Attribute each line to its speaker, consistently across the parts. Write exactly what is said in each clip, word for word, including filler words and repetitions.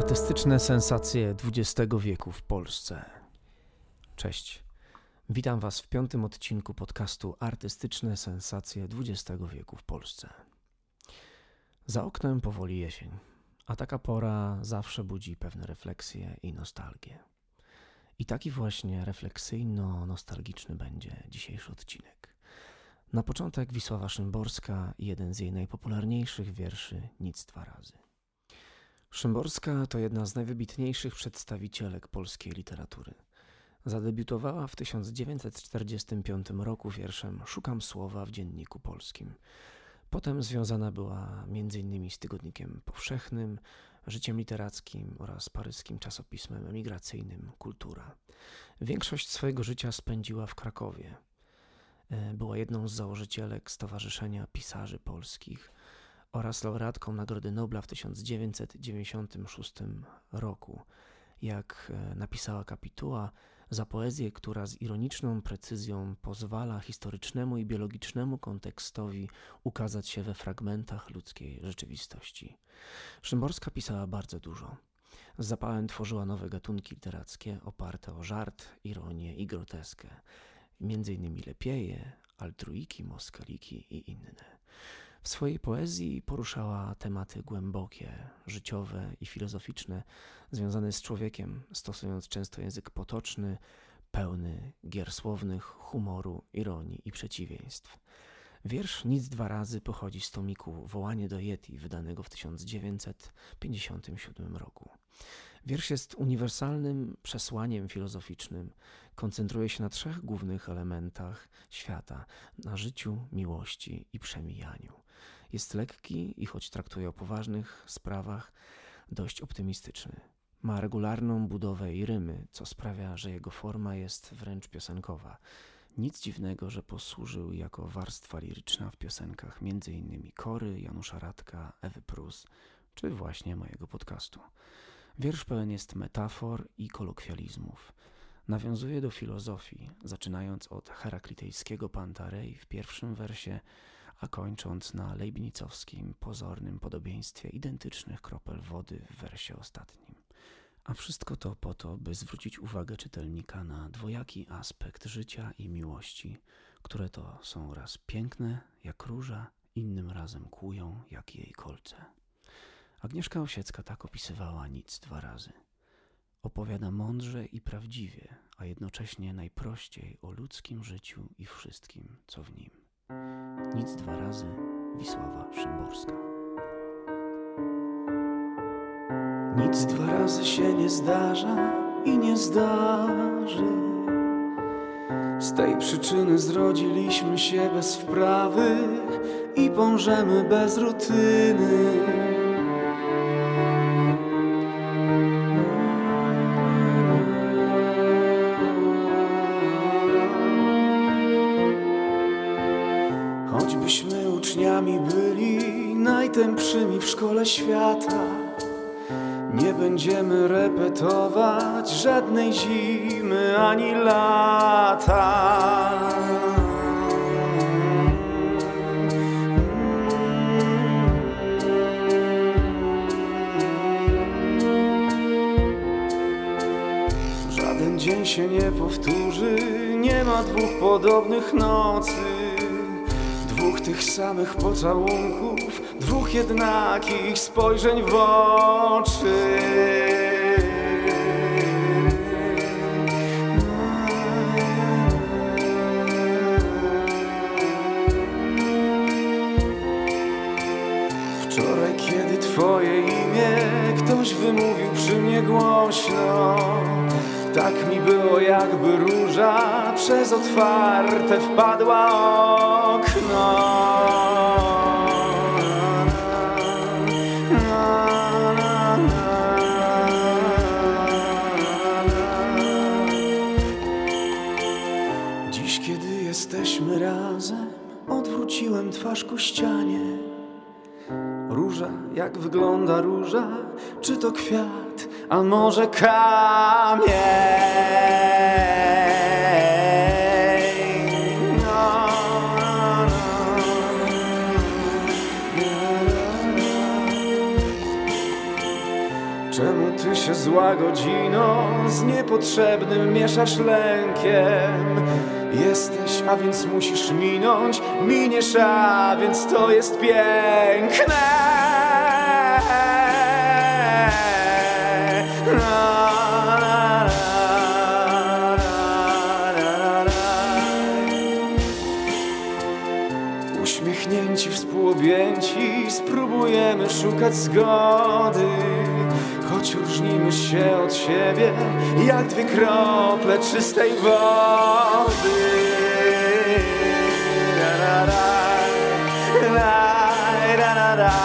Speaker 1: Artystyczne sensacje dwudziestego wieku w Polsce. Cześć. Witam Was w piątym odcinku podcastu Artystyczne sensacje dwudziestego wieku w Polsce. Za oknem powoli jesień, a taka pora zawsze budzi pewne refleksje i nostalgię. I taki właśnie refleksyjno-nostalgiczny będzie dzisiejszy odcinek. Na początek Wisława Szymborska i jeden z jej najpopularniejszych wierszy Nic dwa razy. Szymborska to jedna z najwybitniejszych przedstawicielek polskiej literatury. Zadebiutowała w tysiąc dziewięćset czterdziestym piątym roku wierszem Szukam słowa w Dzienniku Polskim. Potem związana była między innymi z Tygodnikiem Powszechnym, Życiem Literackim oraz paryskim czasopismem emigracyjnym Kultura. Większość swojego życia spędziła w Krakowie. Była jedną z założycielek Stowarzyszenia Pisarzy Polskich oraz laureatką Nagrody Nobla w tysiąc dziewięćset dziewięćdziesiątym szóstym roku. Jak napisała Kapituła, za poezję, która z ironiczną precyzją pozwala historycznemu i biologicznemu kontekstowi ukazać się we fragmentach ludzkiej rzeczywistości. Szymborska pisała bardzo dużo. Z zapałem tworzyła nowe gatunki literackie oparte o żart, ironię i groteskę. Między innymi Lepieje, Altruiki, Moskaliki i inne. W swojej poezji poruszała tematy głębokie, życiowe i filozoficzne, związane z człowiekiem, stosując często język potoczny, pełny gier słownych, humoru, ironii i przeciwieństw. Wiersz Nic dwa razy pochodzi z tomiku Wołanie do Yeti, wydanego w tysiąc dziewięćset pięćdziesiątym siódmym roku. Wiersz jest uniwersalnym przesłaniem filozoficznym, koncentruje się na trzech głównych elementach świata, na życiu, miłości i przemijaniu. Jest lekki i choć traktuje o poważnych sprawach, dość optymistyczny. Ma regularną budowę i rymy, co sprawia, że jego forma jest wręcz piosenkowa. Nic dziwnego, że posłużył jako warstwa liryczna w piosenkach między innymi Kory, Janusza Radka, Ewy Prus, czy właśnie mojego podcastu. Wiersz pełen jest metafor i kolokwializmów. Nawiązuje do filozofii, zaczynając od heraklitejskiego Pantarei w pierwszym wersie, a kończąc na leibnicowskim pozornym podobieństwie identycznych kropel wody w wersie ostatnim. A wszystko to po to, by zwrócić uwagę czytelnika na dwojaki aspekt życia i miłości, które to są raz piękne jak róża, innym razem kłują jak jej kolce. Agnieszka Osiecka tak opisywała Nic dwa razy. Opowiada mądrze i prawdziwie, a jednocześnie najprościej o ludzkim życiu i wszystkim, co w nim. Nic dwa razy, Wisława Szymborska.
Speaker 2: Nic dwa razy się nie zdarza i nie zdarzy. Z tej przyczyny zrodziliśmy się bez wprawy i pomrzemy bez rutyny. Choćbyśmy uczniami byli najtępszymi w szkole świata, nie będziemy repetować żadnej zimy ani lata. Żaden dzień się nie powtórzy, nie ma dwóch podobnych nocy, dwóch tych samych pocałunków, dwóch jednakich spojrzeń w oczy. Wczoraj, kiedy twoje imię ktoś wymówił przy mnie głośno, tak mi było, jakby róża przez otwarte wpadła okno. Dziś, kiedy jesteśmy razem, odwróciłem twarz ku ścianie. Róża, jak wygląda róża? Czy to kwiat, a może kamień? No, no, no. Czemu zła godzino, z niepotrzebnym mieszasz lękiem. Jesteś, a więc musisz minąć, miniesz, a więc to jest piękne. Uśmiechnięci, współobjęci, spróbujemy szukać zgody, choć różnimy się od siebie jak dwie krople czystej wody. La, la, la, la, la, la, la.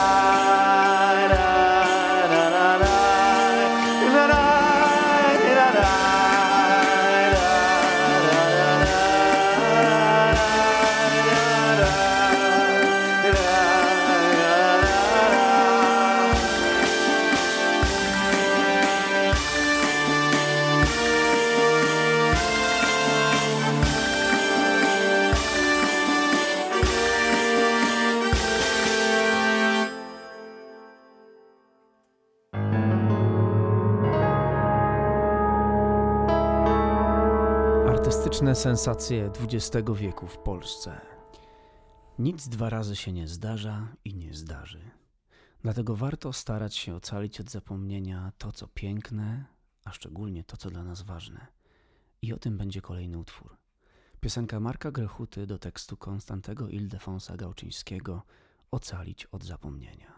Speaker 1: Artystyczne sensacje dwudziestego wieku w Polsce. Nic dwa razy się nie zdarza i nie zdarzy. Dlatego warto starać się ocalić od zapomnienia to, co piękne, a szczególnie to, co dla nas ważne. I o tym będzie kolejny utwór. Piosenka Marka Grechuty do tekstu Konstantego Ildefonsa Gałczyńskiego Ocalić od zapomnienia.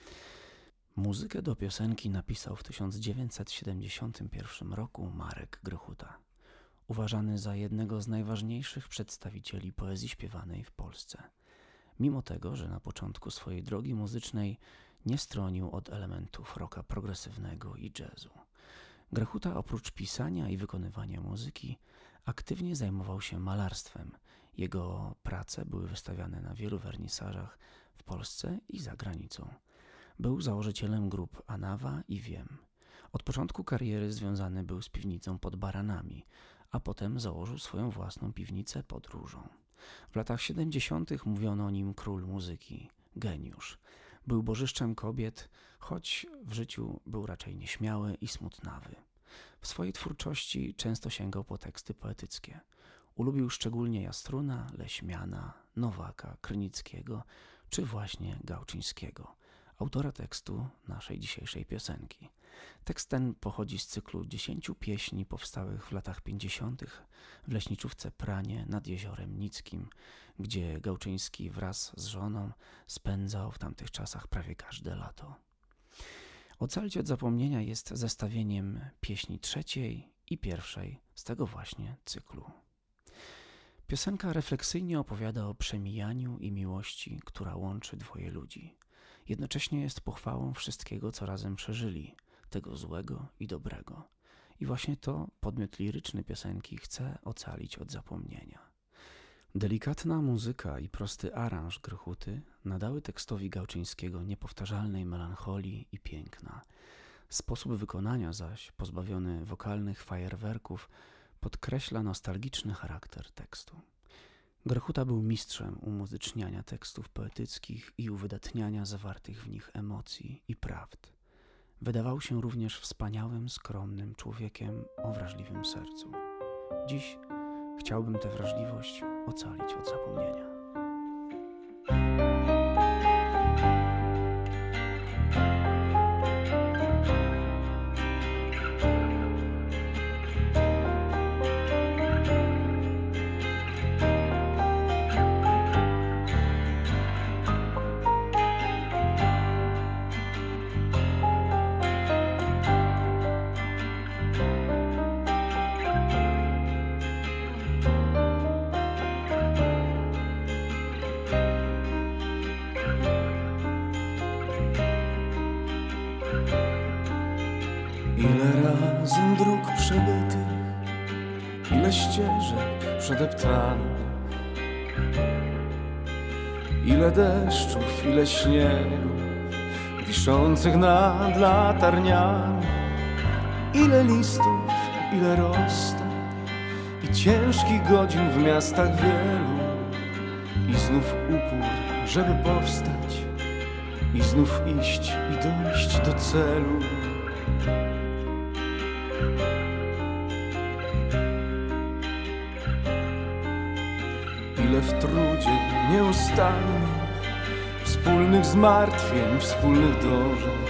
Speaker 1: Muzykę do piosenki napisał w tysiąc dziewięćset siedemdziesiątym pierwszym roku Marek Grechuta, uważany za jednego z najważniejszych przedstawicieli poezji śpiewanej w Polsce. Mimo tego, że na początku swojej drogi muzycznej nie stronił od elementów rocka progresywnego i jazzu. Grechuta oprócz pisania i wykonywania muzyki aktywnie zajmował się malarstwem. Jego prace były wystawiane na wielu wernisażach w Polsce i za granicą. Był założycielem grup Anawa i Wiem. Od początku kariery związany był z piwnicą pod Baranami, a potem założył swoją własną piwnicę pod Różą. W latach siedemdziesiątych mówiono o nim król muzyki, geniusz. Był bożyszczem kobiet, choć w życiu był raczej nieśmiały i smutnawy. W swojej twórczości często sięgał po teksty poetyckie. Ulubił szczególnie Jastruna, Leśmiana, Nowaka, Krynickiego czy właśnie Gałczyńskiego, autora tekstu naszej dzisiejszej piosenki. Tekst ten pochodzi z cyklu dziesięciu pieśni powstałych w latach pięćdziesiątych w leśniczówce Pranie nad Jeziorem Nickim, gdzie Gałczyński wraz z żoną spędzał w tamtych czasach prawie każde lato. Ocalić od zapomnienia jest zestawieniem pieśni trzeciej i pierwszej z tego właśnie cyklu. Piosenka refleksyjnie opowiada o przemijaniu i miłości, która łączy dwoje ludzi. Jednocześnie jest pochwałą wszystkiego, co razem przeżyli, tego złego i dobrego. I właśnie to podmiot liryczny piosenki chce ocalić od zapomnienia. Delikatna muzyka i prosty aranż Grechuty nadały tekstowi Gałczyńskiego niepowtarzalnej melancholii i piękna. Sposób wykonania zaś, pozbawiony wokalnych fajerwerków, podkreśla nostalgiczny charakter tekstu. Grechuta był mistrzem umuzyczniania tekstów poetyckich i uwydatniania zawartych w nich emocji i prawd. Wydawał się również wspaniałym, skromnym człowiekiem o wrażliwym sercu. Dziś chciałbym tę wrażliwość ocalić od zapomnienia.
Speaker 2: Ile razem dróg przebytych, ile ścieżek przedeptanych, ile deszczów, ile śniegów wiszących nad latarniami, ile listów, ile rozstań i ciężkich godzin w miastach wielu. I znów upór, żeby powstać, i znów iść i dojść do celu. Ile w trudzie nieustannym, wspólnych zmartwień, wspólnych dążeń.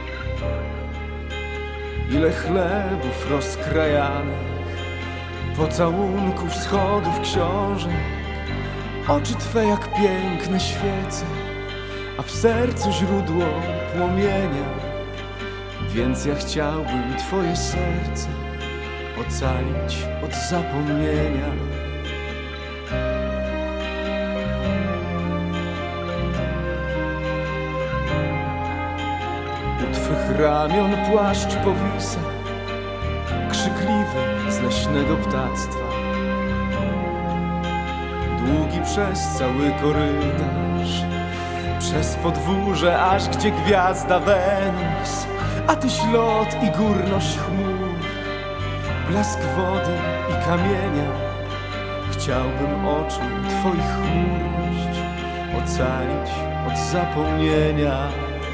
Speaker 2: Ile chlebów rozkrajanych, pocałunków, schodów, książek. Oczy Twe jak piękne świece, a w sercu źródło płomienia. Więc ja chciałbym Twoje serce ocalić od zapomnienia. U Twych ramion płaszcz powisa, krzykliwy z leśnego ptactwa. Długi przez cały korytarz, przez podwórze, aż gdzie gwiazda Wenus. A Tyś lot i górność chmur, blask wody i kamienia. Chciałbym oczu Twoich chmurność ocalić od zapomnienia.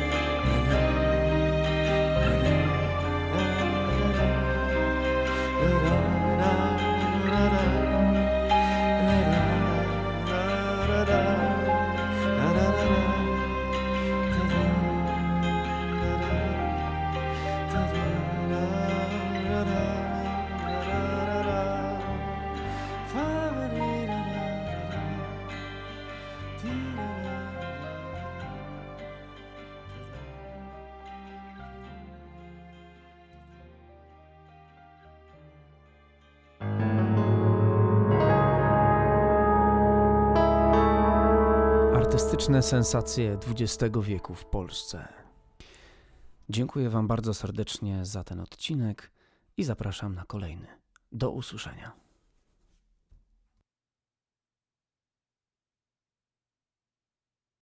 Speaker 1: Artystyczne sensacje dwudziestego wieku w Polsce. Dziękuję Wam bardzo serdecznie za ten odcinek i zapraszam na kolejny. Do usłyszenia.